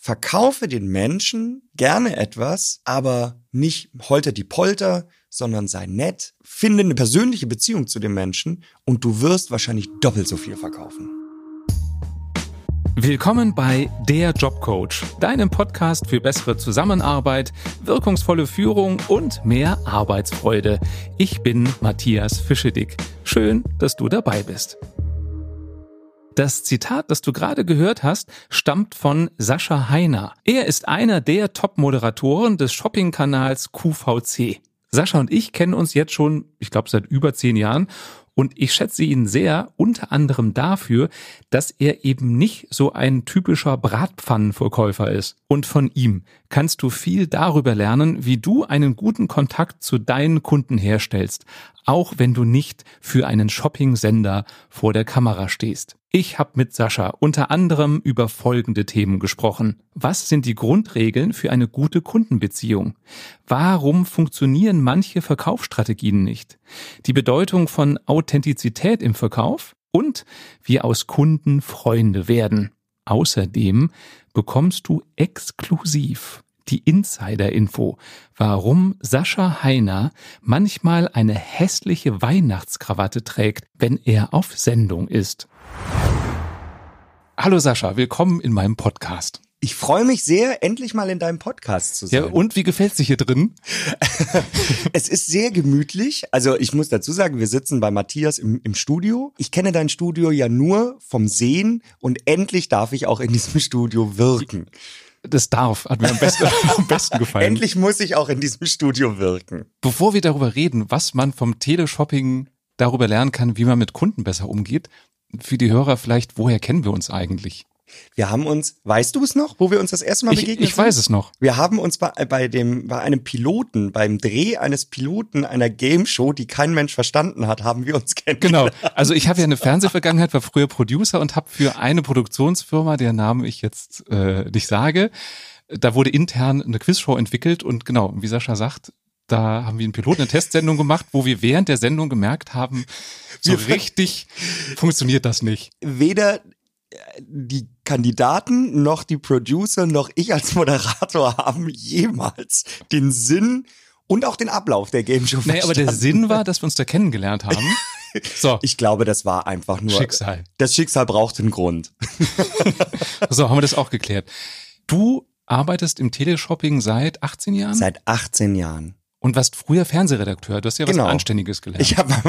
verkaufe den Menschen gerne etwas, aber nicht holter die Polter, sondern sei nett, finde eine persönliche Beziehung zu dem Menschen und du wirst wahrscheinlich doppelt so viel verkaufen. Willkommen bei Der Jobcoach, deinem Podcast für bessere Zusammenarbeit, wirkungsvolle Führung und mehr Arbeitsfreude. Ich bin Matthias Fischedick. Schön, dass du dabei bist. Das Zitat, das du gerade gehört hast, stammt von Sascha Heiner. Er ist einer der Top-Moderatoren des Shopping-Kanals QVC. Sascha und ich kennen uns jetzt schon, ich glaube, seit über 10 Jahren. Und ich schätze ihn sehr, unter anderem dafür, dass er eben nicht so ein typischer Bratpfannenverkäufer ist. Und von ihm kannst du viel darüber lernen, wie du einen guten Kontakt zu deinen Kunden herstellst, auch wenn du nicht für einen Shopping-Sender vor der Kamera stehst. Ich habe mit Sascha unter anderem über folgende Themen gesprochen. Was sind die Grundregeln für eine gute Kundenbeziehung? Warum funktionieren manche Verkaufsstrategien nicht? Die Bedeutung von Authentizität im Verkauf und wie aus Kunden Freunde werden. Außerdem bekommst du exklusiv die Insider-Info, warum Sascha Heiner manchmal eine hässliche Weihnachtskrawatte trägt, wenn er auf Sendung ist. Hallo Sascha, willkommen in meinem Podcast. Ich freue mich sehr, endlich mal in deinem Podcast zu sein. Ja, und wie gefällt's dir hier drin? Es ist sehr gemütlich. Also ich muss dazu sagen, wir sitzen bei Matthias im Studio. Ich kenne dein Studio ja nur vom Sehen und endlich darf ich auch in diesem Studio wirken. Das hat mir am besten gefallen. Endlich muss ich auch in diesem Studio wirken. Bevor wir darüber reden, was man vom Teleshopping darüber lernen kann, wie man mit Kunden besser umgeht, für die Hörer vielleicht, woher kennen wir uns eigentlich? Wir haben uns, weißt du es noch, wo wir uns das erste Mal begegnet sind? Ich weiß es noch. Wir haben uns bei einem Piloten, beim Dreh eines Piloten einer Gameshow, die kein Mensch verstanden hat, haben wir uns kennengelernt. Genau, also ich habe ja eine Fernsehvergangenheit, war früher Producer und habe für eine Produktionsfirma, deren Namen ich jetzt nicht sage, da wurde intern eine Quizshow entwickelt und genau, wie Sascha sagt, da haben wir einen Piloten, eine Testsendung gemacht, wo wir während der Sendung gemerkt haben, so richtig funktioniert das nicht. Weder die Kandidaten noch die Producer noch ich als Moderator haben jemals den Sinn und auch den Ablauf der Game Show verstanden. Aber der Sinn war, dass wir uns da kennengelernt haben. So. Ich glaube, das war einfach nur Schicksal. Das Schicksal braucht einen Grund. So, haben wir das auch geklärt. Du arbeitest im Teleshopping seit 18 Jahren? Seit 18 Jahren. Und warst früher Fernsehredakteur. Du hast ja was Anständiges gelernt. Ich habe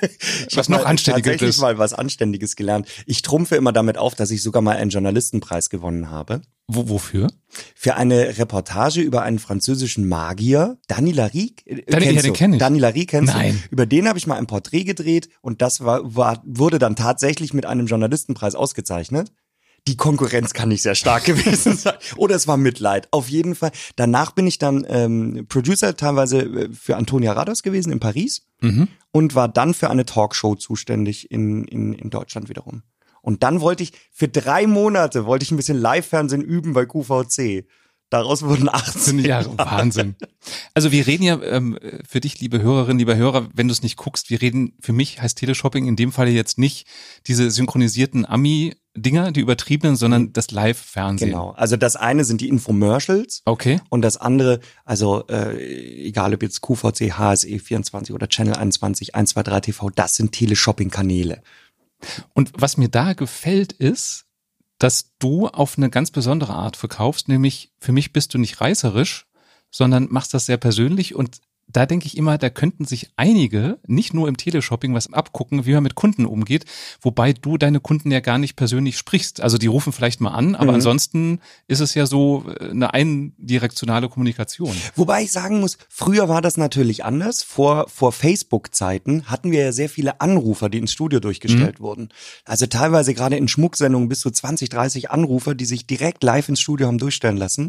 tatsächlich mal was Anständiges gelernt. Ich trumpfe immer damit auf, dass ich sogar mal einen Journalistenpreis gewonnen habe. Wofür? Für eine Reportage über einen französischen Magier, Dany Larik. Den kenne ich. Dany Larik kennst Nein. du? Über den habe ich mal ein Porträt gedreht und das wurde dann tatsächlich mit einem Journalistenpreis ausgezeichnet. Die Konkurrenz kann nicht sehr stark gewesen sein. Oder es war Mitleid. Auf jeden Fall. Danach bin ich dann Producer teilweise für Antonia Rados gewesen in Paris und war dann für eine Talkshow zuständig in Deutschland wiederum. Und dann wollte ich für 3 Monate ein bisschen Live-Fernsehen üben bei QVC. Daraus wurden 18 Jahre. Wahnsinn. Also wir reden ja für dich, liebe Hörerinnen, lieber Hörer, wenn du es nicht guckst, für mich heißt Teleshopping in dem Falle jetzt nicht diese synchronisierten Dinger, die übertriebenen, sondern das Live-Fernsehen. Genau, also das eine sind die Infomercials. Okay. Und das andere, also egal ob jetzt QVC, HSE 24 oder Channel 21, 123 TV, das sind Teleshopping-Kanäle. Und was mir da gefällt ist, dass du auf eine ganz besondere Art verkaufst, nämlich für mich bist du nicht reißerisch, sondern machst das sehr persönlich und da denke ich immer, da könnten sich einige, nicht nur im Teleshopping, was abgucken, wie man mit Kunden umgeht, wobei du deine Kunden ja gar nicht persönlich sprichst. Also die rufen vielleicht mal an, aber ansonsten ist es ja so eine eindirektionale Kommunikation. Wobei ich sagen muss, früher war das natürlich anders. Vor Facebook-Zeiten hatten wir ja sehr viele Anrufer, die ins Studio durchgestellt wurden. Also teilweise gerade in Schmucksendungen bis zu 20, 30 Anrufer, die sich direkt live ins Studio haben durchstellen lassen,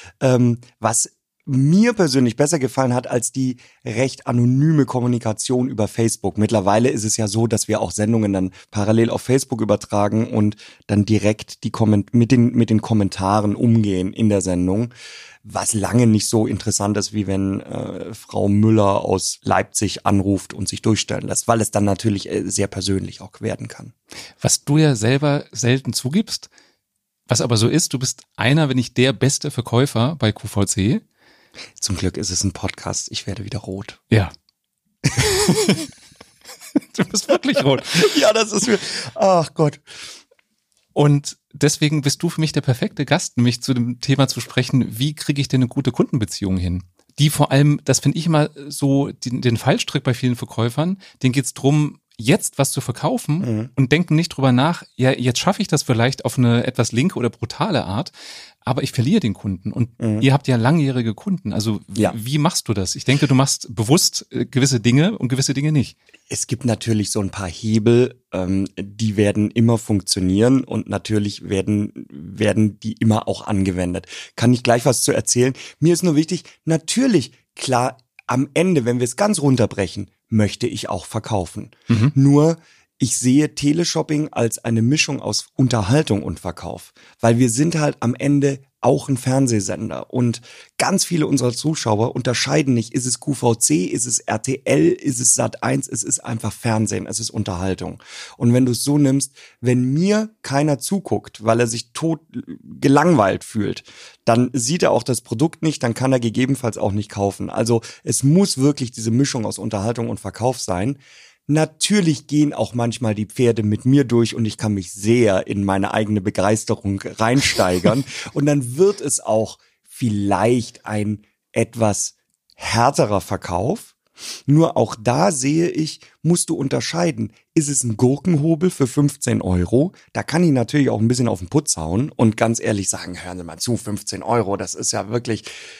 was mir persönlich besser gefallen hat als die recht anonyme Kommunikation über Facebook. Mittlerweile ist es ja so, dass wir auch Sendungen dann parallel auf Facebook übertragen und dann direkt mit den Kommentaren umgehen in der Sendung. Was lange nicht so interessant ist, wie wenn Frau Müller aus Leipzig anruft und sich durchstellen lässt, weil es dann natürlich sehr persönlich auch werden kann. Was du ja selber selten zugibst, Was aber so ist, du bist einer, wenn nicht der beste Verkäufer bei QVC. Zum Glück ist es ein Podcast. Ich werde wieder rot. Ja. Du bist wirklich rot. Ja, das ist mir, ach Gott. Und deswegen bist du für mich der perfekte Gast, nämlich zu dem Thema zu sprechen, wie kriege ich denn eine gute Kundenbeziehung hin? Die vor allem, das finde ich immer so, den Fallstrick bei vielen Verkäufern, denen geht's drum, jetzt was zu verkaufen und denken nicht drüber nach, ja, jetzt schaffe ich das vielleicht auf eine etwas linke oder brutale Art, aber ich verliere den Kunden. Und ihr habt ja langjährige Kunden. Also wie machst du das? Ich denke, du machst bewusst gewisse Dinge und gewisse Dinge nicht. Es gibt natürlich so ein paar Hebel, die werden immer funktionieren und natürlich werden die immer auch angewendet. Kann ich gleich was zu erzählen? Mir ist nur wichtig, natürlich, klar, am Ende, wenn wir es ganz runterbrechen, möchte ich auch verkaufen. Nur ich sehe Teleshopping als eine Mischung aus Unterhaltung und Verkauf, weil wir sind halt am Ende auch ein Fernsehsender und ganz viele unserer Zuschauer unterscheiden nicht, ist es QVC, ist es RTL, ist es Sat.1, es ist einfach Fernsehen, es ist Unterhaltung. Und wenn du es so nimmst, wenn mir keiner zuguckt, weil er sich tot gelangweilt fühlt, dann sieht er auch das Produkt nicht, dann kann er gegebenenfalls auch nicht kaufen. Also es muss wirklich diese Mischung aus Unterhaltung und Verkauf sein. Natürlich gehen auch manchmal die Pferde mit mir durch und ich kann mich sehr in meine eigene Begeisterung reinsteigern. Und dann wird es auch vielleicht ein etwas härterer Verkauf. Nur auch da sehe ich, musst du unterscheiden. Ist es ein Gurkenhobel für 15 €? Da kann ich natürlich auch ein bisschen auf den Putz hauen und ganz ehrlich sagen, hören Sie mal zu, 15 €, das ist ja wirklich.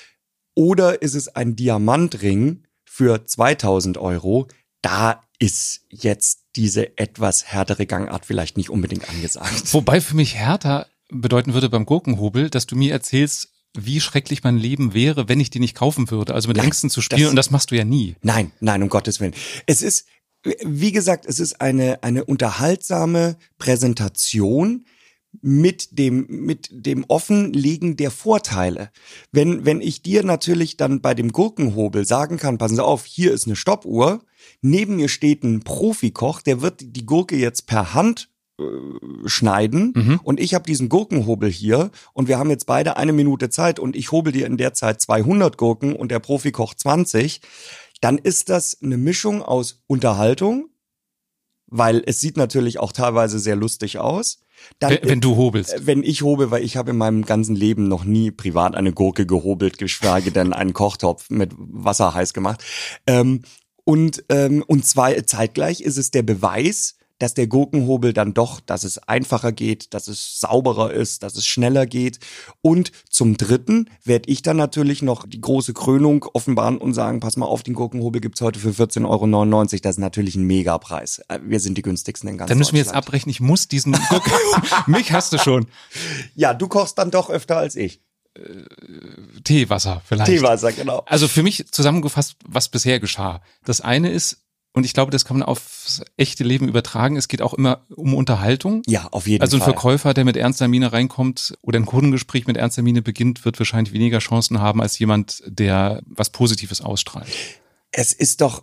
Oder ist es ein Diamantring für 2000 €? Da ist jetzt diese etwas härtere Gangart vielleicht nicht unbedingt angesagt. Wobei für mich härter bedeuten würde beim Gurkenhobel, dass du mir erzählst, wie schrecklich mein Leben wäre, wenn ich die nicht kaufen würde. Also mit Ängsten zu spielen und das machst du ja nie. Nein, um Gottes Willen. Es ist, wie gesagt, es ist eine unterhaltsame Präsentation mit dem Offenlegen der Vorteile. Wenn ich dir natürlich dann bei dem Gurkenhobel sagen kann, passen Sie auf, hier ist eine Stoppuhr, neben mir steht ein Profikoch, der wird die Gurke jetzt per Hand schneiden und ich habe diesen Gurkenhobel hier und wir haben jetzt beide 1 Minute Zeit und ich hobel dir in der Zeit 200 Gurken und der Profikoch 20, dann ist das eine Mischung aus Unterhaltung, weil es sieht natürlich auch teilweise sehr lustig aus. Dann, wenn du hobelst. Wenn ich hobel, weil ich habe in meinem ganzen Leben noch nie privat eine Gurke gehobelt, geschweige denn einen Kochtopf mit Wasser heiß gemacht. Und zeitgleich ist es der Beweis, dass der Gurkenhobel dann doch, dass es einfacher geht, dass es sauberer ist, dass es schneller geht. Und zum Dritten werde ich dann natürlich noch die große Krönung offenbaren und sagen, pass mal auf, den Gurkenhobel gibt's heute für 14,99 €. Das ist natürlich ein Megapreis. Wir sind die günstigsten in ganz Deutschland. Dann müssen wir jetzt abbrechen. Ich muss diesen Gurken... Mich hast du schon. Ja, du kochst dann doch öfter als ich. Teewasser vielleicht. Teewasser, genau. Also für mich zusammengefasst, was bisher geschah. Das eine ist, und ich glaube, das kann man aufs echte Leben übertragen, es geht auch immer um Unterhaltung. Ja, auf jeden Fall. Also ein Verkäufer, der mit ernster Miene reinkommt oder ein Kundengespräch mit ernster Miene beginnt, wird wahrscheinlich weniger Chancen haben als jemand, der was Positives ausstrahlt. Es ist doch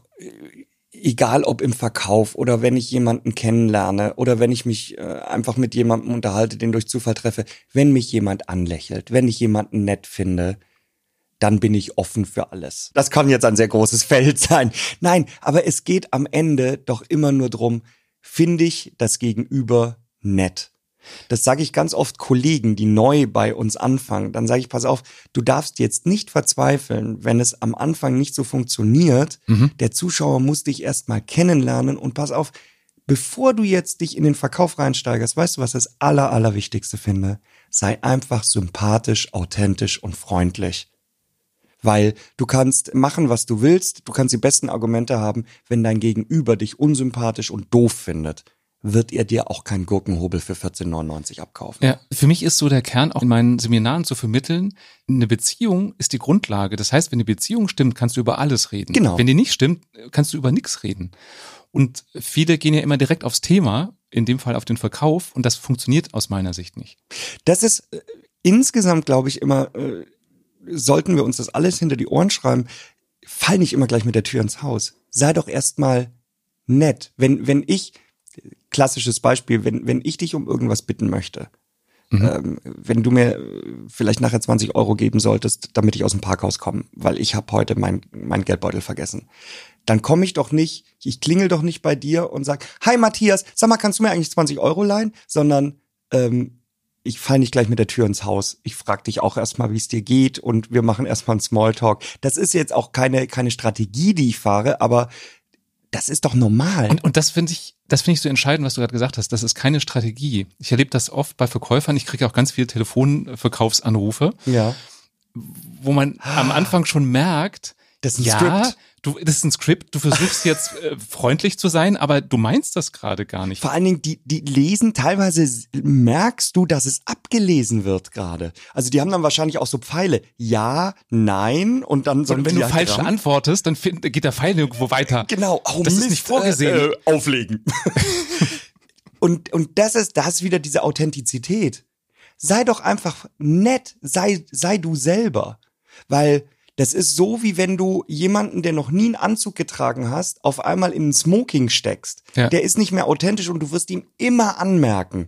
egal, ob im Verkauf oder wenn ich jemanden kennenlerne oder wenn ich mich einfach mit jemandem unterhalte, den durch Zufall treffe, wenn mich jemand anlächelt, wenn ich jemanden nett finde, dann bin ich offen für alles. Das kann jetzt ein sehr großes Feld sein. Nein, aber es geht am Ende doch immer nur drum, finde ich das Gegenüber nett. Das sage ich ganz oft Kollegen, die neu bei uns anfangen. Dann sage ich, pass auf, du darfst jetzt nicht verzweifeln, wenn es am Anfang nicht so funktioniert. Der Zuschauer muss dich erst mal kennenlernen und pass auf, bevor du jetzt dich in den Verkauf reinsteigerst, weißt du, was das Allerwichtigste finde? Sei einfach sympathisch, authentisch und freundlich. Weil du kannst machen, was du willst, du kannst die besten Argumente haben, wenn dein Gegenüber dich unsympathisch und doof findet, wird er dir auch keinen Gurkenhobel für 14,99 € abkaufen. Ja, für mich ist so der Kern auch in meinen Seminaren zu vermitteln, eine Beziehung ist die Grundlage. Das heißt, wenn die Beziehung stimmt, kannst du über alles reden. Genau. Wenn die nicht stimmt, kannst du über nichts reden. Und viele gehen ja immer direkt aufs Thema, in dem Fall auf den Verkauf, und das funktioniert aus meiner Sicht nicht. Das ist insgesamt, glaube ich, immer... sollten wir uns das alles hinter die Ohren schreiben, fall nicht immer gleich mit der Tür ins Haus. Sei doch erstmal nett. Wenn ich, klassisches Beispiel, wenn ich dich um irgendwas bitten möchte, wenn du mir vielleicht nachher 20 Euro geben solltest, damit ich aus dem Parkhaus komme, weil ich habe heute mein Geldbeutel vergessen. Dann komme ich klingel doch nicht bei dir und sag, hi Matthias, sag mal, kannst du mir eigentlich 20 Euro leihen? Sondern ich fall nicht gleich mit der Tür ins Haus. Ich frag dich auch erstmal, wie es dir geht und wir machen erstmal einen Smalltalk. Das ist jetzt auch keine Strategie, die ich fahre, aber das ist doch normal. Und das finde ich so entscheidend, was du gerade gesagt hast. Das ist keine Strategie. Ich erlebe das oft bei Verkäufern. Ich kriege auch ganz viele Telefonverkaufsanrufe, wo man am Anfang schon merkt, das ist ein Skript. Das ist ein Skript, du versuchst jetzt freundlich zu sein, aber du meinst das gerade gar nicht. Vor allen Dingen, die lesen, teilweise merkst du, dass es abgelesen wird gerade. Also die haben dann wahrscheinlich auch so Pfeile. Ja, nein und dann so ein Und wenn du falsch antwortest, dann geht der Pfeil irgendwo weiter. Genau. Oh, das Mist, ist nicht vorgesehen. Auflegen. und das ist wieder diese Authentizität. Sei doch einfach nett, sei du selber. Weil das ist so, wie wenn du jemanden, der noch nie einen Anzug getragen hast, auf einmal in ein Smoking steckst. Ja. Der ist nicht mehr authentisch und du wirst ihm immer anmerken,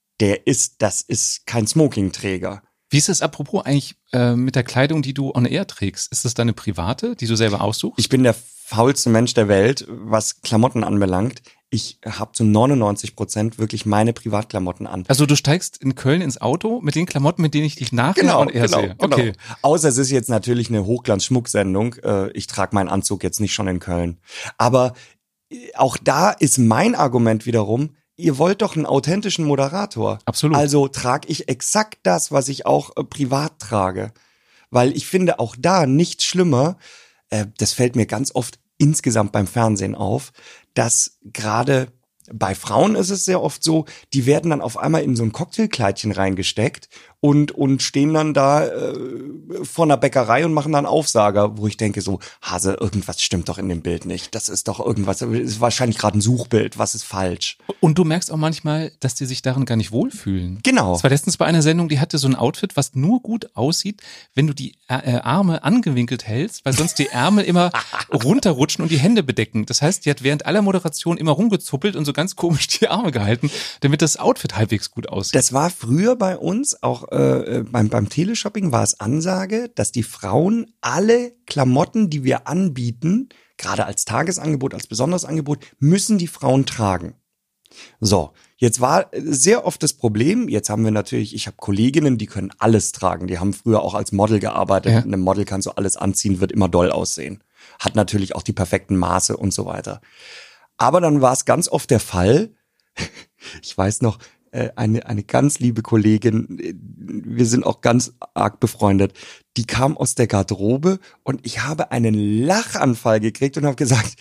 das ist kein Smokingträger. Wie ist es apropos eigentlich mit der Kleidung, die du on air trägst? Ist das deine private, die du selber aussuchst? Ich bin der faulste Mensch der Welt, was Klamotten anbelangt. Ich habe zu 99% wirklich meine Privatklamotten an. Also du steigst in Köln ins Auto mit den Klamotten, mit denen ich dich nachher on air sehe. Okay. Genau. Außer es ist jetzt natürlich eine Hochglanz-Schmucksendung. Ich trage meinen Anzug jetzt nicht schon in Köln. Aber auch da ist mein Argument wiederum, ihr wollt doch einen authentischen Moderator. Absolut. Also trage ich exakt das, was ich auch privat trage. Weil ich finde auch da nichts schlimmer, das fällt mir ganz oft insgesamt beim Fernsehen auf, dass gerade bei Frauen ist es sehr oft so, die werden dann auf einmal in so ein Cocktailkleidchen reingesteckt und stehen dann da vor einer Bäckerei und machen dann Aufsager, wo ich denke so, Hase, irgendwas stimmt doch in dem Bild nicht. Das ist doch irgendwas, das ist wahrscheinlich gerade ein Suchbild, was ist falsch? Und du merkst auch manchmal, dass die sich darin gar nicht wohlfühlen. Genau. Das war letztens bei einer Sendung, die hatte so ein Outfit, was nur gut aussieht, wenn du die Arme angewinkelt hältst, weil sonst die Ärmel immer runterrutschen und die Hände bedecken. Das heißt, die hat während aller Moderation immer rumgezuppelt und so ganz komisch die Arme gehalten, damit das Outfit halbwegs gut aussieht. Das war früher bei uns auch beim Teleshopping war es Ansage, dass die Frauen alle Klamotten, die wir anbieten, gerade als Tagesangebot, als besonderes Angebot, müssen die Frauen tragen. So, jetzt war sehr oft das Problem, jetzt haben wir natürlich, ich habe Kolleginnen, die können alles tragen, die haben früher auch als Model gearbeitet, ja. Einem Model kannst du alles anziehen, wird immer doll aussehen. Hat natürlich auch die perfekten Maße und so weiter. Aber dann war es ganz oft der Fall, ich weiß noch, eine ganz liebe Kollegin, wir sind auch ganz arg befreundet, die kam aus der Garderobe und ich habe einen Lachanfall gekriegt und habe gesagt,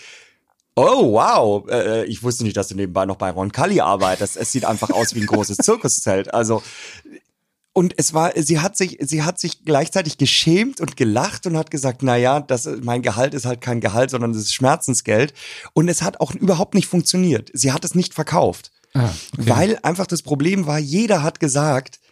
oh wow, ich wusste nicht, dass du nebenbei noch bei Roncalli arbeitest. Es sieht einfach aus wie ein großes Zirkuszelt. Also und sie hat sich gleichzeitig geschämt und gelacht und hat gesagt, naja, mein Gehalt ist halt kein Gehalt, sondern das ist Schmerzensgeld. Und es hat auch überhaupt nicht funktioniert. Sie hat es nicht verkauft. Okay. Weil einfach das Problem war, jeder hat gesagt,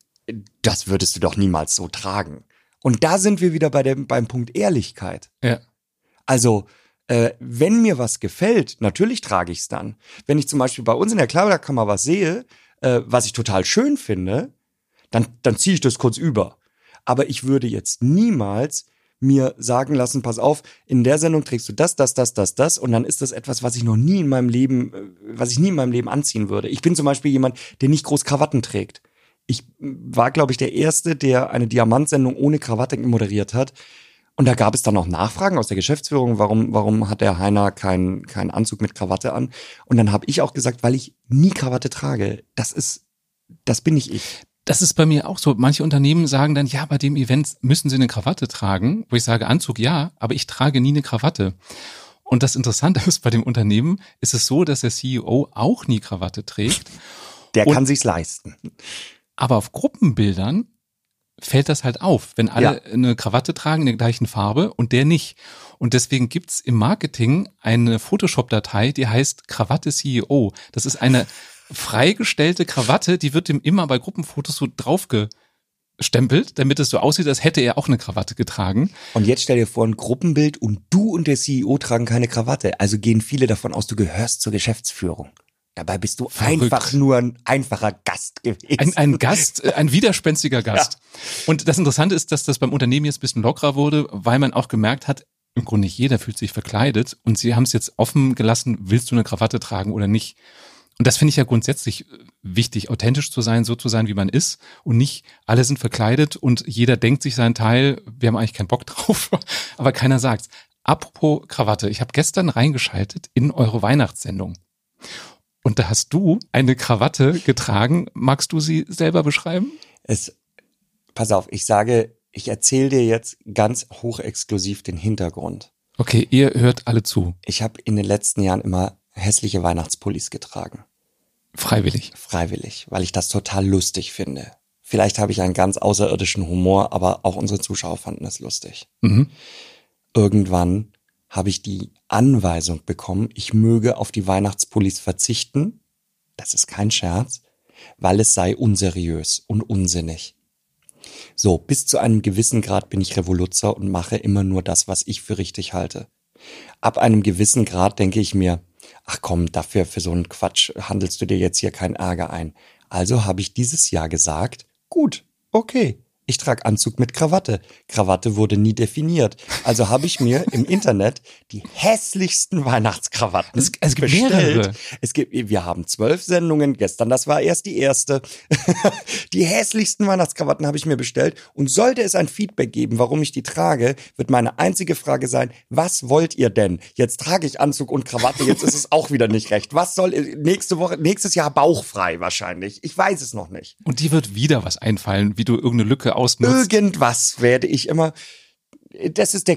das würdest du doch niemals so tragen. Und da sind wir wieder beim Punkt Ehrlichkeit. Ja. Also, wenn mir was gefällt, natürlich trage ich es dann. Wenn ich zum Beispiel bei uns in der Kleiderkammer was sehe, was ich total schön finde, dann ziehe ich das kurz über. Aber ich würde jetzt niemals mir sagen lassen, pass auf, in der Sendung trägst du das und dann ist das etwas, was ich nie in meinem Leben anziehen würde. Ich bin zum Beispiel jemand, der nicht groß Krawatten trägt. Ich war, glaube ich, der Erste, der eine Diamantsendung ohne Krawatte moderiert hat. Und da gab es dann auch Nachfragen aus der Geschäftsführung, warum hat der Heiner keinen Anzug mit Krawatte an? Und dann habe ich auch gesagt, weil ich nie Krawatte trage. Das bin nicht ich. Das ist bei mir auch so. Manche Unternehmen sagen dann, ja, bei dem Event müssen sie eine Krawatte tragen. Wo ich sage, Anzug ja, aber ich trage nie eine Krawatte. Und das Interessante ist, bei dem Unternehmen ist es so, dass der CEO auch nie Krawatte trägt. Der kann sich's leisten. Aber auf Gruppenbildern fällt das halt auf, wenn alle eine Krawatte tragen in der gleichen Farbe und der nicht. Und deswegen gibt's im Marketing eine Photoshop-Datei, die heißt Krawatte CEO. Das ist eine freigestellte Krawatte, die wird ihm immer bei Gruppenfotos so draufgestempelt, damit es so aussieht, als hätte er auch eine Krawatte getragen. Und jetzt stell dir vor, ein Gruppenbild und du und der CEO tragen keine Krawatte. Also gehen viele davon aus, du gehörst zur Geschäftsführung. Dabei bist du Verrückt. einfach nur ein einfacher Gast gewesen. Ein Gast, ein widerspenstiger Gast. Ja. Und das Interessante ist, dass das beim Unternehmen jetzt ein bisschen lockerer wurde, weil man auch gemerkt hat, im Grunde nicht jeder fühlt sich verkleidet und sie haben es jetzt offen gelassen, willst du eine Krawatte tragen oder nicht? Und das finde ich ja grundsätzlich wichtig, authentisch zu sein, so zu sein, wie man ist und nicht alle sind verkleidet und jeder denkt sich seinen Teil, wir haben eigentlich keinen Bock drauf, aber keiner sagt's. Apropos Krawatte, ich habe gestern reingeschaltet in eure Weihnachtssendung. Und da hast du eine Krawatte getragen. Magst du sie selber beschreiben? Pass auf, ich erzähle dir jetzt ganz hochexklusiv den Hintergrund. Okay, ihr hört alle zu. Ich habe in den letzten Jahren immer hässliche Weihnachtspullis getragen. Freiwillig, weil ich das total lustig finde. Vielleicht habe ich einen ganz außerirdischen Humor, aber auch unsere Zuschauer fanden das lustig. Mhm. Irgendwann habe ich die Anweisung bekommen, ich möge auf die Weihnachtspullis verzichten. Das ist kein Scherz, weil es sei unseriös und unsinnig. So, bis zu einem gewissen Grad bin ich Revoluzer und mache immer nur das, was ich für richtig halte. Ab einem gewissen Grad denke ich mir, ach komm, für so einen Quatsch handelst du dir jetzt hier keinen Ärger ein. Also habe ich dieses Jahr gesagt, gut, okay. Ich trage Anzug mit Krawatte. Krawatte wurde nie definiert. Also habe ich mir im Internet die hässlichsten Weihnachtskrawatten es gibt bestellt. Wir haben 12 Sendungen. Gestern, das war erst die erste. Die hässlichsten Weihnachtskrawatten habe ich mir bestellt. Und sollte es ein Feedback geben, warum ich die trage, wird meine einzige Frage sein, was wollt ihr denn? Jetzt trage ich Anzug und Krawatte, jetzt ist es auch wieder nicht recht. Was soll nächstes Jahr bauchfrei wahrscheinlich? Ich weiß es noch nicht. Und dir wird wieder was einfallen, wie du irgendeine Lücke ausnutzt. Irgendwas werde ich immer. Das ist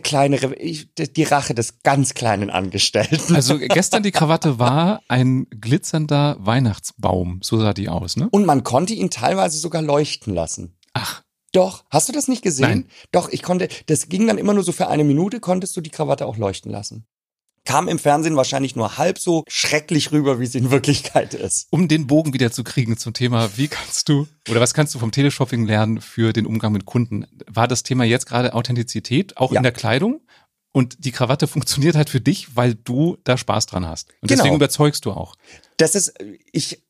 die Rache des ganz kleinen Angestellten. Also gestern die Krawatte war ein glitzernder Weihnachtsbaum. So sah die aus, ne? Und man konnte ihn teilweise sogar leuchten lassen. Ach. Doch, hast du das nicht gesehen? Nein. Doch, das ging dann immer nur so für 1 Minute, konntest du die Krawatte auch leuchten lassen. Kam im Fernsehen wahrscheinlich nur halb so schrecklich rüber, wie es in Wirklichkeit ist. Um den Bogen wieder zu kriegen zum Thema, was kannst du vom Teleshopping lernen für den Umgang mit Kunden? War das Thema jetzt gerade Authentizität, auch in der Kleidung? Und die Krawatte funktioniert halt für dich, weil du da Spaß dran hast. Und deswegen überzeugst du auch. Das ist, ich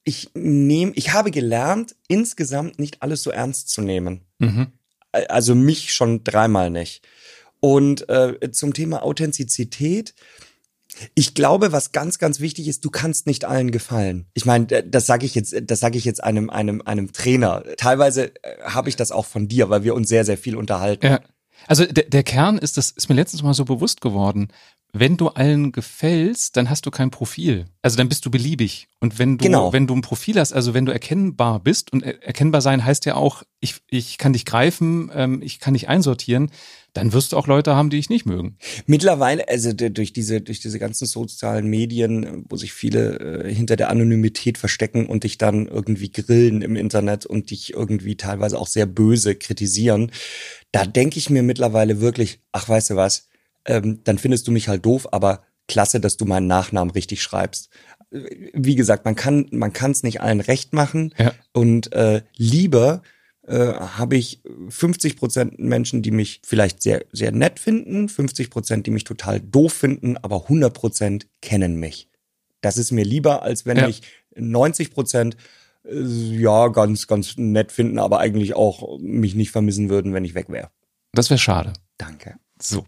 habe gelernt, insgesamt nicht alles so ernst zu nehmen. Mhm. Also mich schon 3-mal nicht. Und zum Thema Authentizität, ich glaube, was ganz, ganz wichtig ist, du kannst nicht allen gefallen. Ich meine, das sage ich jetzt einem Trainer. Teilweise habe ich das auch von dir, weil wir uns sehr, sehr viel unterhalten. Ja. Also der Kern ist mir letztens mal so bewusst geworden. Wenn du allen gefällst, dann hast du kein Profil. Also dann bist du beliebig. Und wenn du ein Profil hast, also wenn du erkennbar bist, und erkennbar sein heißt ja auch, ich kann dich greifen, ich kann dich einsortieren, dann wirst du auch Leute haben, die dich nicht mögen. Mittlerweile, also durch diese ganzen sozialen Medien, wo sich viele hinter der Anonymität verstecken und dich dann irgendwie grillen im Internet und dich irgendwie teilweise auch sehr böse kritisieren, da denke ich mir mittlerweile wirklich, ach, weißt du was, dann findest du mich halt doof, aber klasse, dass du meinen Nachnamen richtig schreibst. Wie gesagt, man kann es nicht allen recht machen. Ja. Und lieber habe ich 50% Menschen, die mich vielleicht sehr, sehr nett finden, 50%, die mich total doof finden, aber 100% kennen mich. Das ist mir lieber, als wenn ich 90% ganz, ganz nett finden, aber eigentlich auch mich nicht vermissen würden, wenn ich weg wäre. Das wäre schade. Danke. So.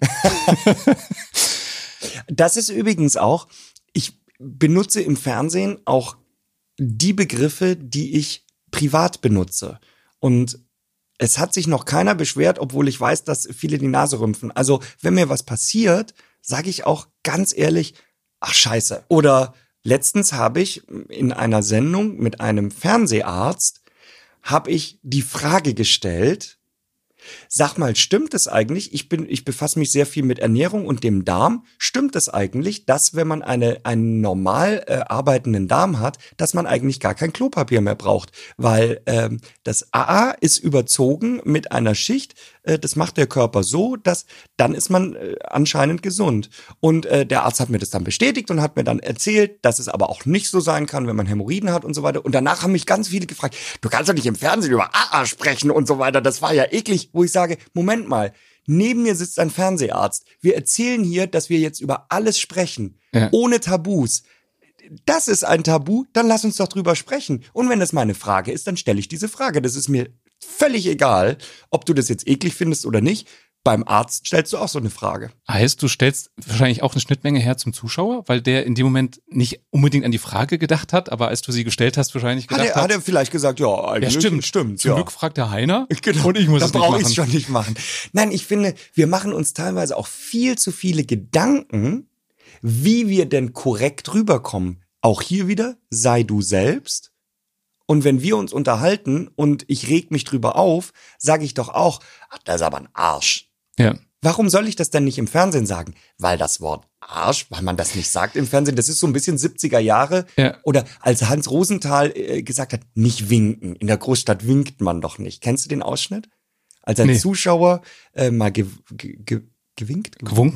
Das ist übrigens auch, ich benutze im Fernsehen auch die Begriffe, die ich privat benutze. Und es hat sich noch keiner beschwert, obwohl ich weiß, dass viele die Nase rümpfen. Also wenn mir was passiert, sage ich auch ganz ehrlich, ach scheiße. Oder letztens habe ich in einer Sendung mit einem Fernseharzt, habe ich die Frage gestellt, sag mal, stimmt es eigentlich, ich befasse mich sehr viel mit Ernährung und dem Darm, stimmt es eigentlich, dass wenn man einen normal arbeitenden Darm hat, dass man eigentlich gar kein Klopapier mehr braucht, weil das AA ist überzogen mit einer Schicht, das macht der Körper so, dass dann ist man anscheinend gesund. Und der Arzt hat mir das dann bestätigt und hat mir dann erzählt, dass es aber auch nicht so sein kann, wenn man Hämorrhoiden hat und so weiter. Und danach haben mich ganz viele gefragt, du kannst doch nicht im Fernsehen über AA sprechen und so weiter, das war ja eklig. Wo ich sage, Moment mal, neben mir sitzt ein Fernseharzt. Wir erzählen hier, dass wir jetzt über alles sprechen, ohne Tabus. das ist ein Tabu, dann lass uns doch drüber sprechen. Und wenn das meine Frage ist, dann stelle ich diese Frage. Das ist mir völlig egal, ob du das jetzt eklig findest oder nicht. Beim Arzt stellst du auch so eine Frage. Heißt, du stellst wahrscheinlich auch eine Schnittmenge her zum Zuschauer, weil der in dem Moment nicht unbedingt an die Frage gedacht hat, aber als du sie gestellt hast, wahrscheinlich gedacht hat er vielleicht gesagt, ja, eigentlich stimmt. Zum Glück fragt der Heiner genau. Und ich muss es nicht machen. Dann brauche ich es schon nicht machen. Nein, ich finde, wir machen uns teilweise auch viel zu viele Gedanken, wie wir denn korrekt rüberkommen. Auch hier wieder, sei du selbst. Und wenn wir uns unterhalten und ich reg mich drüber auf, sage ich doch auch, ach, das ist aber ein Arsch. Ja. Warum soll ich das denn nicht im Fernsehen sagen? Weil das Wort Arsch, weil man das nicht sagt im Fernsehen, das ist so ein bisschen 70er Jahre. Ja. Oder als Hans Rosenthal gesagt hat, nicht winken. In der Großstadt winkt man doch nicht. Kennst du den Ausschnitt? Als ein Zuschauer mal gewinkt?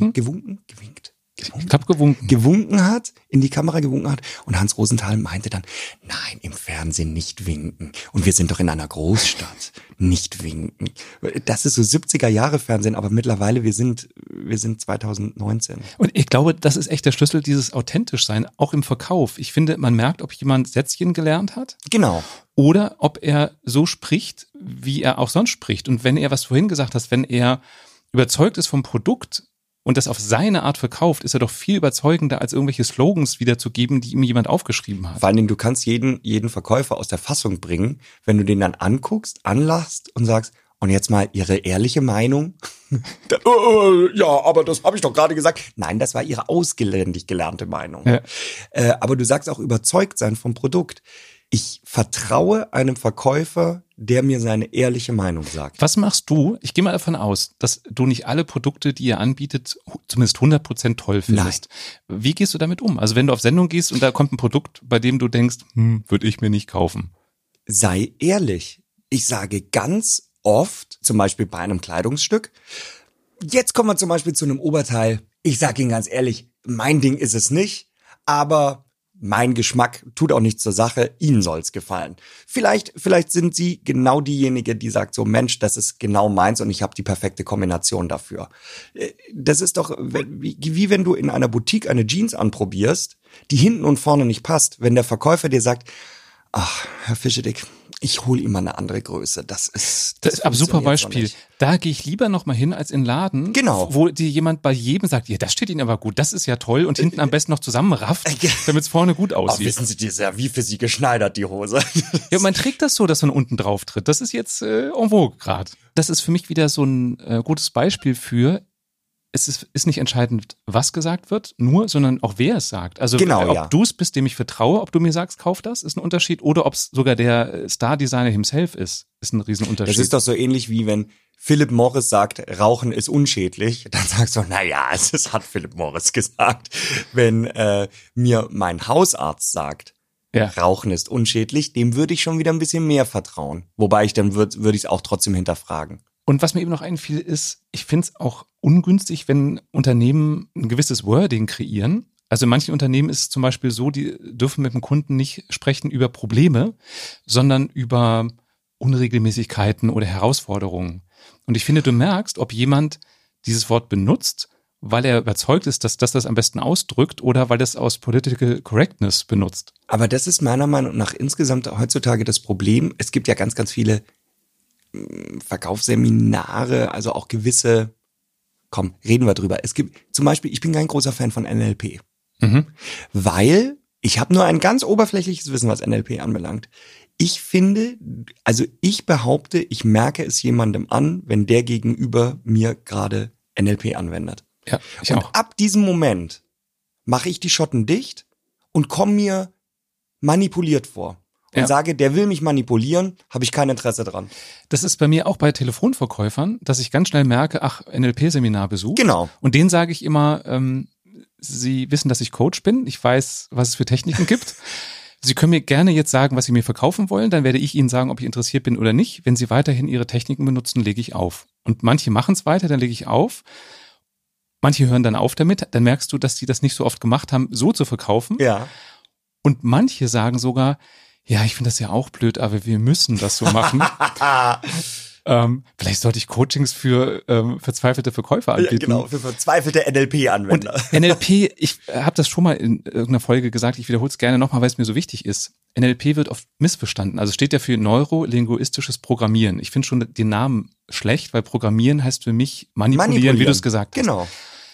Ich glaube gewunken. Gewunken hat, in die Kamera gewunken hat. Und Hans Rosenthal meinte dann, nein, im Fernsehen nicht winken. Und wir sind doch in einer Großstadt. Nicht winken. Das ist so 70er Jahre Fernsehen, aber mittlerweile, wir sind 2019. Und ich glaube, das ist echt der Schlüssel, dieses authentisch sein, auch im Verkauf. Ich finde, man merkt, ob jemand Sätzchen gelernt hat. Genau. Oder ob er so spricht, wie er auch sonst spricht. Und wenn er, was du vorhin gesagt hast, wenn er überzeugt ist vom Produkt, und das auf seine Art verkauft, ist er doch viel überzeugender, als irgendwelche Slogans wiederzugeben, die ihm jemand aufgeschrieben hat. Vor allen Dingen, du kannst jeden Verkäufer aus der Fassung bringen, wenn du den dann anguckst, anlachst und sagst, und jetzt mal Ihre ehrliche Meinung? Ja, aber das habe ich doch gerade gesagt. Nein, das war Ihre auswendig gelernte Meinung. Ja. Aber du sagst auch überzeugt sein vom Produkt. Ich vertraue einem Verkäufer, der mir seine ehrliche Meinung sagt. Was machst du? Ich gehe mal davon aus, dass du nicht alle Produkte, die ihr anbietet, zumindest 100% toll findest. Nein. Wie gehst du damit um? Also wenn du auf Sendung gehst und da kommt ein Produkt, bei dem du denkst, würde ich mir nicht kaufen. Sei ehrlich. Ich sage ganz oft, zum Beispiel bei einem Kleidungsstück, jetzt kommen wir zum Beispiel zu einem Oberteil. Ich sage Ihnen ganz ehrlich, mein Ding ist es nicht, aber mein Geschmack tut auch nichts zur Sache, Ihnen soll's gefallen. Vielleicht sind Sie genau diejenige, die sagt so, Mensch, das ist genau meins und ich habe die perfekte Kombination dafür. Das ist doch wie wenn du in einer Boutique eine Jeans anprobierst, die hinten und vorne nicht passt. Wenn der Verkäufer dir sagt, ach, Herr Fischedick, ich hole ihm mal eine andere Größe. Das ist aber super Beispiel. Da gehe ich lieber noch mal hin als in den Laden, genau, wo dir jemand bei jedem sagt, ja, das steht Ihnen aber gut, das ist ja toll und hinten am besten noch zusammenrafft, damit es vorne gut aussieht. Ach, wissen Sie, die ist ja wie für Sie geschneidert, die Hose. Ja, man trägt das so, dass man unten drauf tritt. Das ist jetzt en vogue gerade. Das ist für mich wieder so ein gutes Beispiel für, es ist nicht entscheidend, was gesagt wird, sondern auch wer es sagt. Also genau, ob du es bist, dem ich vertraue, ob du mir sagst, kauf das, ist ein Unterschied. Oder ob es sogar der Star-Designer himself ist ein Riesenunterschied. Das ist doch so ähnlich wie wenn Philip Morris sagt, Rauchen ist unschädlich. Dann sagst du, naja, es hat Philip Morris gesagt. Wenn mir mein Hausarzt sagt, ja, Rauchen ist unschädlich, dem würde ich schon wieder ein bisschen mehr vertrauen. Wobei dann würde ich es auch trotzdem hinterfragen. Und was mir eben noch einfiel, ist, ich finde es auch ungünstig, wenn Unternehmen ein gewisses Wording kreieren. Also in manchen Unternehmen ist es zum Beispiel so, die dürfen mit dem Kunden nicht sprechen über Probleme, sondern über Unregelmäßigkeiten oder Herausforderungen. Und ich finde, du merkst, ob jemand dieses Wort benutzt, weil er überzeugt ist, dass das am besten ausdrückt oder weil das aus Political Correctness benutzt. Aber das ist meiner Meinung nach insgesamt heutzutage das Problem. Es gibt ja ganz, ganz viele Verkaufsseminare, also auch gewisse, reden wir drüber. Es gibt zum Beispiel, ich bin kein großer Fan von NLP, weil ich habe nur ein ganz oberflächliches Wissen, was NLP anbelangt. Ich finde, also ich behaupte, ich merke es jemandem an, wenn der gegenüber mir gerade NLP anwendet. Ja, ich und auch. Ab diesem Moment mache ich die Schotten dicht und komme mir manipuliert vor. Und sage, der will mich manipulieren, habe ich kein Interesse dran. Das ist bei mir auch bei Telefonverkäufern, dass ich ganz schnell merke, NLP-Seminar besucht. Genau. Und denen sage ich immer, Sie wissen, dass ich Coach bin. Ich weiß, was es für Techniken gibt. Sie können mir gerne jetzt sagen, was Sie mir verkaufen wollen. Dann werde ich Ihnen sagen, ob ich interessiert bin oder nicht. Wenn Sie weiterhin Ihre Techniken benutzen, lege ich auf. Und manche machen es weiter, dann lege ich auf. Manche hören dann auf damit. Dann merkst du, dass die das nicht so oft gemacht haben, so zu verkaufen. Ja. Und manche sagen sogar, ja, ich finde das ja auch blöd, aber wir müssen das so machen. Vielleicht sollte ich Coachings für verzweifelte Verkäufer anbieten. Ja, genau, für verzweifelte NLP-Anwender. Und NLP, ich habe das schon mal in irgendeiner Folge gesagt, ich wiederhole es gerne nochmal, weil es mir so wichtig ist. NLP wird oft missverstanden. Also steht ja für neurolinguistisches Programmieren. Ich finde schon den Namen schlecht, weil Programmieren heißt für mich manipulieren. Wie du es gesagt hast. Genau.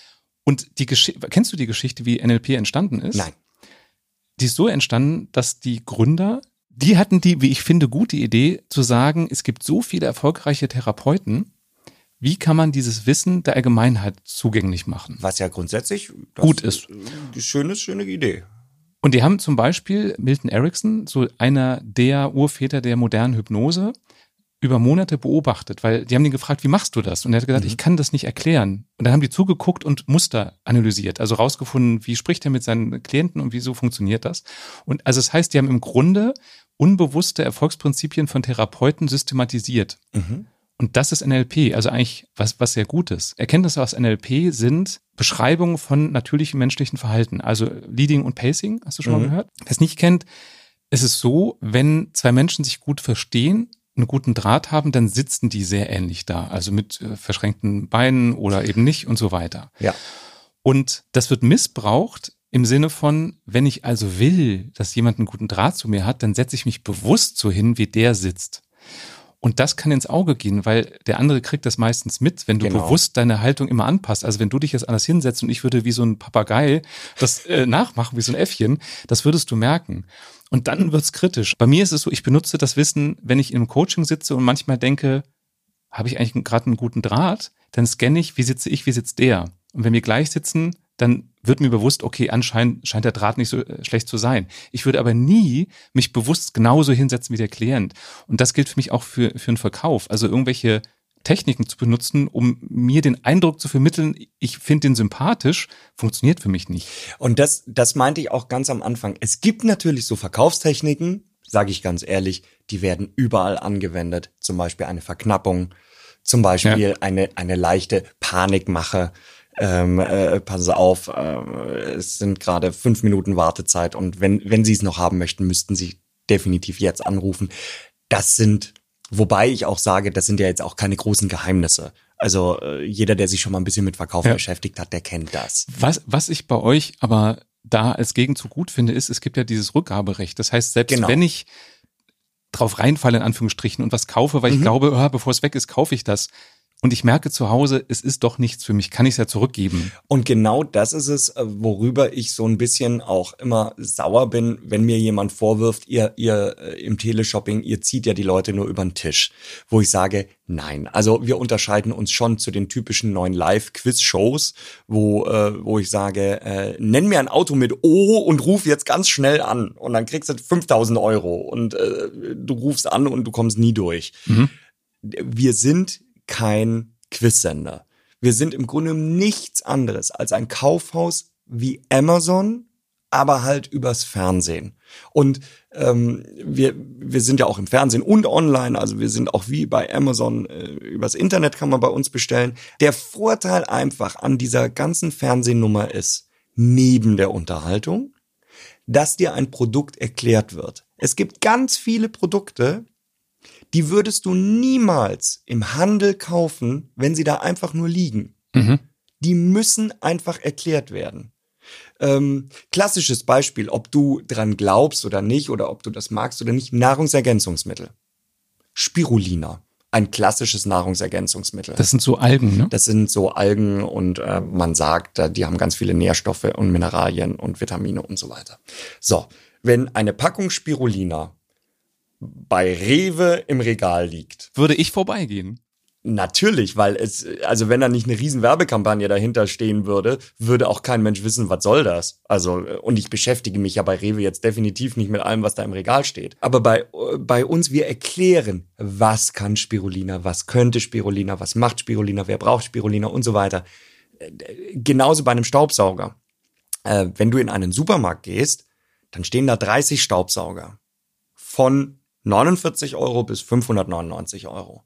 Und kennst du die Geschichte, wie NLP entstanden ist? Nein. Die ist so entstanden, dass die Gründer, die hatten die, wie ich finde, gute Idee zu sagen, es gibt so viele erfolgreiche Therapeuten, wie kann man dieses Wissen der Allgemeinheit zugänglich machen? Was ja grundsätzlich gut ist. Schöne Idee. Und die haben zum Beispiel Milton Erickson, so einer der Urväter der modernen Hypnose, über Monate beobachtet, weil die haben ihn gefragt, wie machst du das? Und er hat gesagt, ich kann das nicht erklären. Und dann haben die zugeguckt und Muster analysiert, also rausgefunden, wie spricht er mit seinen Klienten und wieso funktioniert das? Und also das heißt, die haben im Grunde unbewusste Erfolgsprinzipien von Therapeuten systematisiert. Mhm. Und das ist NLP, also eigentlich was sehr Gutes. Erkenntnisse aus NLP sind Beschreibungen von natürlichem menschlichen Verhalten, also Leading und Pacing, hast du schon mal gehört? Wer es nicht kennt, es ist so, wenn zwei Menschen sich gut verstehen, einen guten Draht haben, dann sitzen die sehr ähnlich da, also mit verschränkten Beinen oder eben nicht und so weiter. Ja. Und das wird missbraucht im Sinne von, wenn ich also will, dass jemand einen guten Draht zu mir hat, dann setze ich mich bewusst so hin, wie der sitzt. Und das kann ins Auge gehen, weil der andere kriegt das meistens mit, wenn du bewusst deine Haltung immer anpasst. Also wenn du dich jetzt anders hinsetzt und ich würde wie so ein Papagei das nachmachen, wie so ein Äffchen, das würdest du merken. Und dann wird's kritisch. Bei mir ist es so, ich benutze das Wissen, wenn ich in einem Coaching sitze und manchmal denke, habe ich eigentlich gerade einen guten Draht? Dann scanne ich, wie sitze ich, wie sitzt der? Und wenn wir gleich sitzen, dann wird mir bewusst, okay, anscheinend scheint der Draht nicht so schlecht zu sein. Ich würde aber nie mich bewusst genauso hinsetzen wie der Klient. Und das gilt für mich auch für einen Verkauf. Also irgendwelche Techniken zu benutzen, um mir den Eindruck zu vermitteln, ich finde den sympathisch, funktioniert für mich nicht. Und das meinte ich auch ganz am Anfang. Es gibt natürlich so Verkaufstechniken, sage ich ganz ehrlich, die werden überall angewendet. Zum Beispiel eine Verknappung, zum Beispiel eine leichte Panikmache. Passen Sie auf, es sind gerade 5 Minuten Wartezeit und wenn Sie es noch haben möchten, müssten Sie definitiv jetzt anrufen. Das sind, wobei ich auch sage, das sind ja jetzt auch keine großen Geheimnisse. Also jeder, der sich schon mal ein bisschen mit Verkauf beschäftigt hat, der kennt das. Was ich bei euch aber da als Gegenzug gut finde, ist, es gibt ja dieses Rückgaberecht. Das heißt, selbst wenn ich drauf reinfalle, in Anführungsstrichen, und was kaufe, weil ich glaube, bevor es weg ist, kaufe ich das. Und ich merke zu Hause, es ist doch nichts für mich, kann ich es ja zurückgeben. Und genau das ist es, worüber ich so ein bisschen auch immer sauer bin, wenn mir jemand vorwirft, ihr im Teleshopping, ihr zieht ja die Leute nur über den Tisch. Wo ich sage, nein. Also wir unterscheiden uns schon zu den typischen neuen Live-Quiz-Shows, wo ich sage, nenn mir ein Auto mit O und ruf jetzt ganz schnell an. Und dann kriegst du 5.000 Euro und du rufst an und du kommst nie durch. Wir sind kein Quizsender. Wir sind im Grunde nichts anderes als ein Kaufhaus wie Amazon, aber halt übers Fernsehen. Und wir sind ja auch im Fernsehen und online, also wir sind auch wie bei Amazon, übers Internet kann man bei uns bestellen. Der Vorteil einfach an dieser ganzen Fernsehnummer ist, neben der Unterhaltung, dass dir ein Produkt erklärt wird. Es gibt ganz viele Produkte, die würdest du niemals im Handel kaufen, wenn sie da einfach nur liegen. Die müssen einfach erklärt werden. Klassisches Beispiel, ob du dran glaubst oder nicht, oder ob du das magst oder nicht, Nahrungsergänzungsmittel. Spirulina, ein klassisches Nahrungsergänzungsmittel. Das sind so Algen, ne? Das sind so Algen und man sagt, die haben ganz viele Nährstoffe und Mineralien und Vitamine und so weiter. So, wenn eine Packung Spirulina bei Rewe im Regal liegt, würde ich vorbeigehen. Natürlich, weil also wenn da nicht eine riesen Werbekampagne dahinter stehen würde, würde auch kein Mensch wissen, was soll das? Also, und ich beschäftige mich ja bei Rewe jetzt definitiv nicht mit allem, was da im Regal steht. Aber bei uns, wir erklären, was kann Spirulina, was könnte Spirulina, was macht Spirulina, wer braucht Spirulina und so weiter. Genauso bei einem Staubsauger. Wenn du in einen Supermarkt gehst, dann stehen da 30 Staubsauger. Von 49 Euro bis 599 Euro.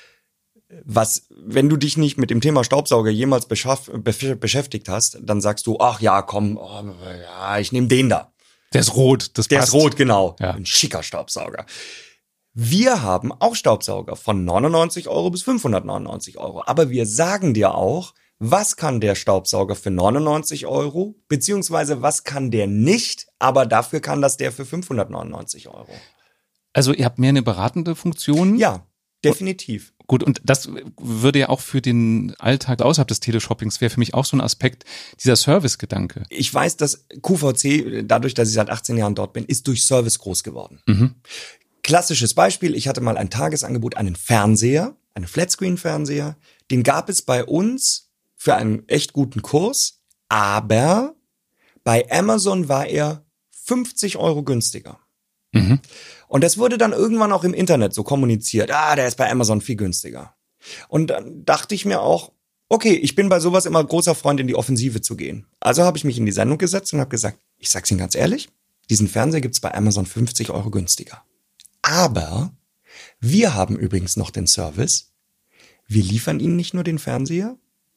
Wenn du dich nicht mit dem Thema Staubsauger jemals beschäftigt hast, dann sagst du, ach ja, komm, ich nehme den da. Der ist rot, das passt. Der ist rot, genau. Ja. Ein schicker Staubsauger. Wir haben auch Staubsauger von 99 Euro bis 599 Euro. Aber wir sagen dir auch, was kann der Staubsauger für 99 Euro, beziehungsweise was kann der nicht, aber dafür kann das der für 599 Euro. Also ihr habt mehr eine beratende Funktion? Ja, definitiv. Gut, und das würde ja auch für den Alltag außerhalb des Teleshoppings, wäre für mich auch so ein Aspekt, dieser Service-Gedanke. Ich weiß, dass QVC, dadurch, dass ich seit 18 Jahren dort bin, ist durch Service groß geworden. Mhm. Klassisches Beispiel, ich hatte mal ein Tagesangebot, einen Fernseher, einen Flatscreen-Fernseher, den gab es bei uns für einen echt guten Kurs, aber bei Amazon war er 50 Euro günstiger. Mhm. Und das wurde dann irgendwann auch im Internet so kommuniziert, der ist bei Amazon viel günstiger. Und dann dachte ich mir auch, okay, ich bin bei sowas immer großer Freund, in die Offensive zu gehen. Also habe ich mich in die Sendung gesetzt und habe gesagt, ich sag's Ihnen ganz ehrlich, diesen Fernseher gibt's bei Amazon 50 Euro günstiger. Aber wir haben übrigens noch den Service, wir liefern Ihnen nicht nur den Fernseher,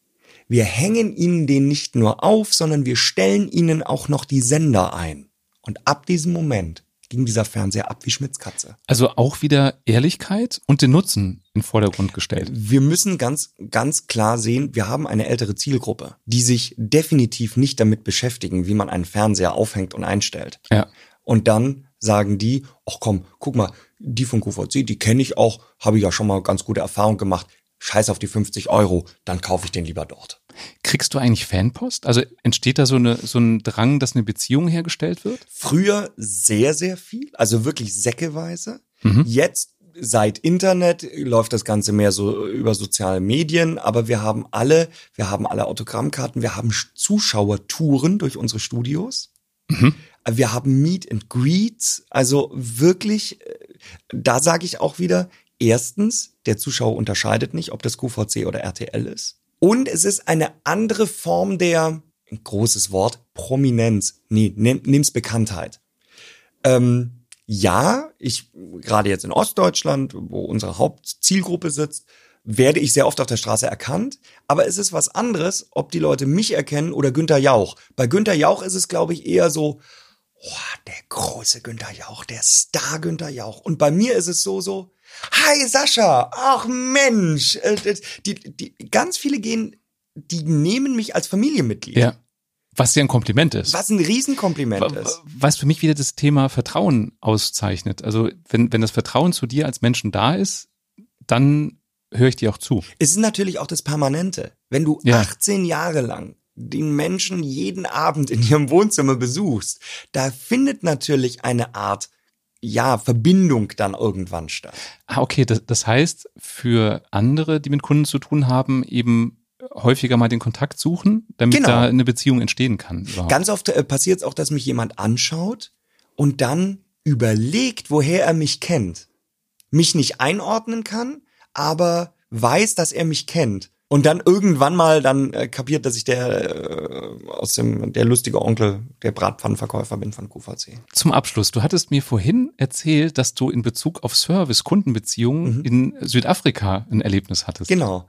wir hängen Ihnen den nicht nur auf, sondern wir stellen Ihnen auch noch die Sender ein. Und ab diesem Moment ging dieser Fernseher ab wie Schmitz Katze. Also auch wieder Ehrlichkeit und den Nutzen in den Vordergrund gestellt. Wir müssen ganz, ganz klar sehen, wir haben eine ältere Zielgruppe, die sich definitiv nicht damit beschäftigen, wie man einen Fernseher aufhängt und einstellt. Ja. Und dann sagen die, ach komm, guck mal, die von QVC, die kenne ich auch, habe ich ja schon mal ganz gute Erfahrung gemacht. Scheiß auf die 50 Euro, dann kaufe ich den lieber dort. Kriegst du eigentlich Fanpost? Also entsteht da so ein Drang, dass eine Beziehung hergestellt wird? Früher sehr, sehr viel, also wirklich säckeweise. Mhm. Jetzt seit Internet läuft das Ganze mehr so über soziale Medien, aber wir haben alle Autogrammkarten, wir haben Zuschauertouren durch unsere Studios. Mhm. Wir haben Meet and Greets, also wirklich, da sage ich auch wieder, erstens, der Zuschauer unterscheidet nicht, ob das QVC oder RTL ist. Und es ist eine andere Form der, ein großes Wort, Prominenz. Nee, nimm's Bekanntheit. Ja, ich, gerade jetzt in Ostdeutschland, wo unsere Hauptzielgruppe sitzt, werde ich sehr oft auf der Straße erkannt. Aber es ist was anderes, ob die Leute mich erkennen oder Günther Jauch. Bei Günther Jauch ist es, glaube ich, eher so, der große Günther Jauch, der Star Günther Jauch. Und bei mir ist es so, hi Sascha, ach Mensch, die ganz viele die nehmen mich als Familienmitglied. Ja, was ja ein Kompliment ist. Was ein Riesenkompliment ist. Was für mich wieder das Thema Vertrauen auszeichnet. Also wenn das Vertrauen zu dir als Menschen da ist, dann höre ich dir auch zu. Es ist natürlich auch das Permanente. Wenn du 18 Jahre lang den Menschen jeden Abend in ihrem Wohnzimmer besuchst, da findet natürlich eine Art Verbindung dann irgendwann statt. Okay, das heißt, für andere, die mit Kunden zu tun haben, eben häufiger mal den Kontakt suchen, damit da eine Beziehung entstehen kann. Überhaupt. Ganz oft passiert es auch, dass mich jemand anschaut und dann überlegt, woher er mich kennt. Mich nicht einordnen kann, aber weiß, dass er mich kennt. Und dann irgendwann mal kapiert, dass ich der lustige Onkel, der Bratpfannenverkäufer bin von QVC. Zum Abschluss, du hattest mir vorhin erzählt, dass du in Bezug auf Service, Kundenbeziehungen in Südafrika ein Erlebnis hattest. Genau.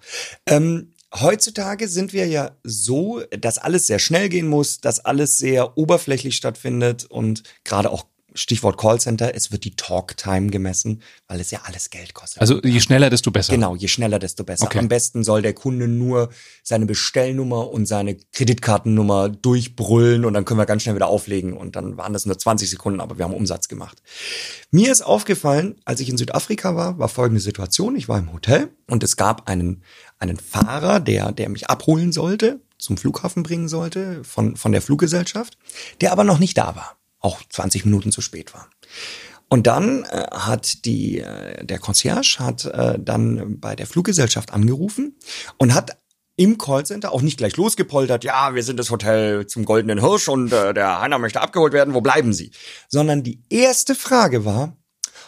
Heutzutage sind wir ja so, dass alles sehr schnell gehen muss, dass alles sehr oberflächlich stattfindet und gerade auch Stichwort Callcenter, es wird die Talktime gemessen, weil es ja alles Geld kostet. Also je schneller, desto besser. Genau, je schneller, desto besser. Okay. Am besten soll der Kunde nur seine Bestellnummer und seine Kreditkartennummer durchbrüllen und dann können wir ganz schnell wieder auflegen und dann waren das nur 20 Sekunden, aber wir haben Umsatz gemacht. Mir ist aufgefallen, als ich in Südafrika war folgende Situation. Ich war im Hotel und es gab einen Fahrer, der mich abholen sollte, zum Flughafen bringen sollte, von der Fluggesellschaft, der aber noch nicht da war. Auch 20 Minuten zu spät war. Und dann hat der Concierge dann bei der Fluggesellschaft angerufen und hat im Callcenter auch nicht gleich losgepoltert, ja, wir sind das Hotel zum Goldenen Hirsch und der Heiner möchte abgeholt werden, wo bleiben Sie? Sondern die erste Frage war,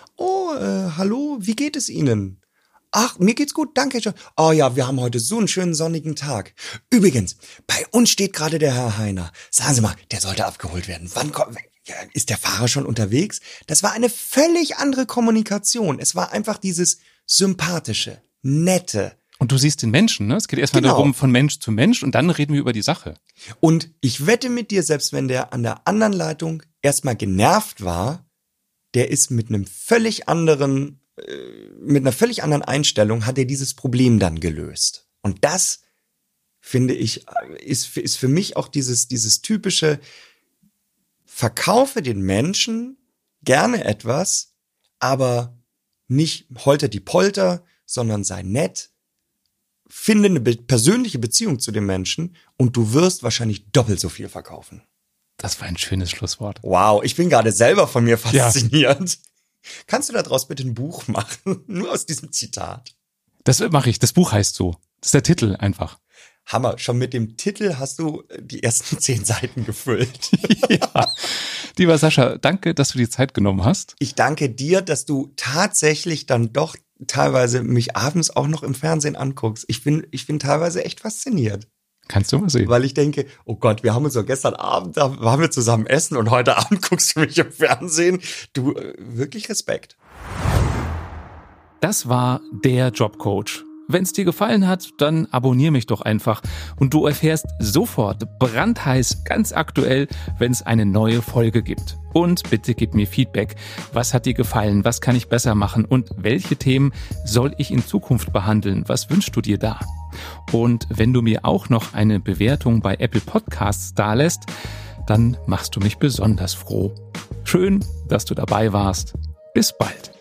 hallo, wie geht es Ihnen? Ach, mir geht's gut, danke schon. Oh ja, wir haben heute so einen schönen sonnigen Tag. Übrigens, bei uns steht gerade der Herr Heiner. Sagen Sie mal, der sollte abgeholt werden. Wann kommt... Ja, ist der Fahrer schon unterwegs? Das war eine völlig andere Kommunikation. Es war einfach dieses sympathische, nette. Und du siehst den Menschen, ne? Es geht erstmal darum, von Mensch zu Mensch und dann reden wir über die Sache. Und ich wette mit dir, selbst wenn der an der anderen Leitung erstmal genervt war, der ist mit einem völlig anderen mit einer völlig anderen Einstellung hat er dieses Problem dann gelöst. Und das, finde ich, ist für mich auch dieses typische, verkaufe den Menschen gerne etwas, aber nicht holter die Polter, sondern sei nett, finde eine persönliche Beziehung zu dem Menschen und du wirst wahrscheinlich doppelt so viel verkaufen. Das war ein schönes Schlusswort. Wow, ich bin gerade selber von mir fasziniert. Ja. Kannst du daraus bitte ein Buch machen? Nur aus diesem Zitat. Das mache ich. Das Buch heißt so. Das ist der Titel einfach. Hammer, schon mit dem Titel hast du die ersten 10 Seiten gefüllt. Ja. Lieber Sascha, danke, dass du die Zeit genommen hast. Ich danke dir, dass du tatsächlich dann doch teilweise mich abends auch noch im Fernsehen anguckst. Ich bin teilweise echt fasziniert. Kannst du mal sehen. Weil ich denke, oh Gott, wir haben uns doch gestern Abend, da waren wir zusammen essen und heute Abend guckst du mich im Fernsehen. Du, wirklich Respekt. Das war der Jobcoach. Wenn es dir gefallen hat, dann abonnier mich doch einfach und du erfährst sofort brandheiß, ganz aktuell, wenn es eine neue Folge gibt. Und bitte gib mir Feedback. Was hat dir gefallen? Was kann ich besser machen? Und welche Themen soll ich in Zukunft behandeln? Was wünschst du dir da? Und wenn du mir auch noch eine Bewertung bei Apple Podcasts dalässt, dann machst du mich besonders froh. Schön, dass du dabei warst. Bis bald.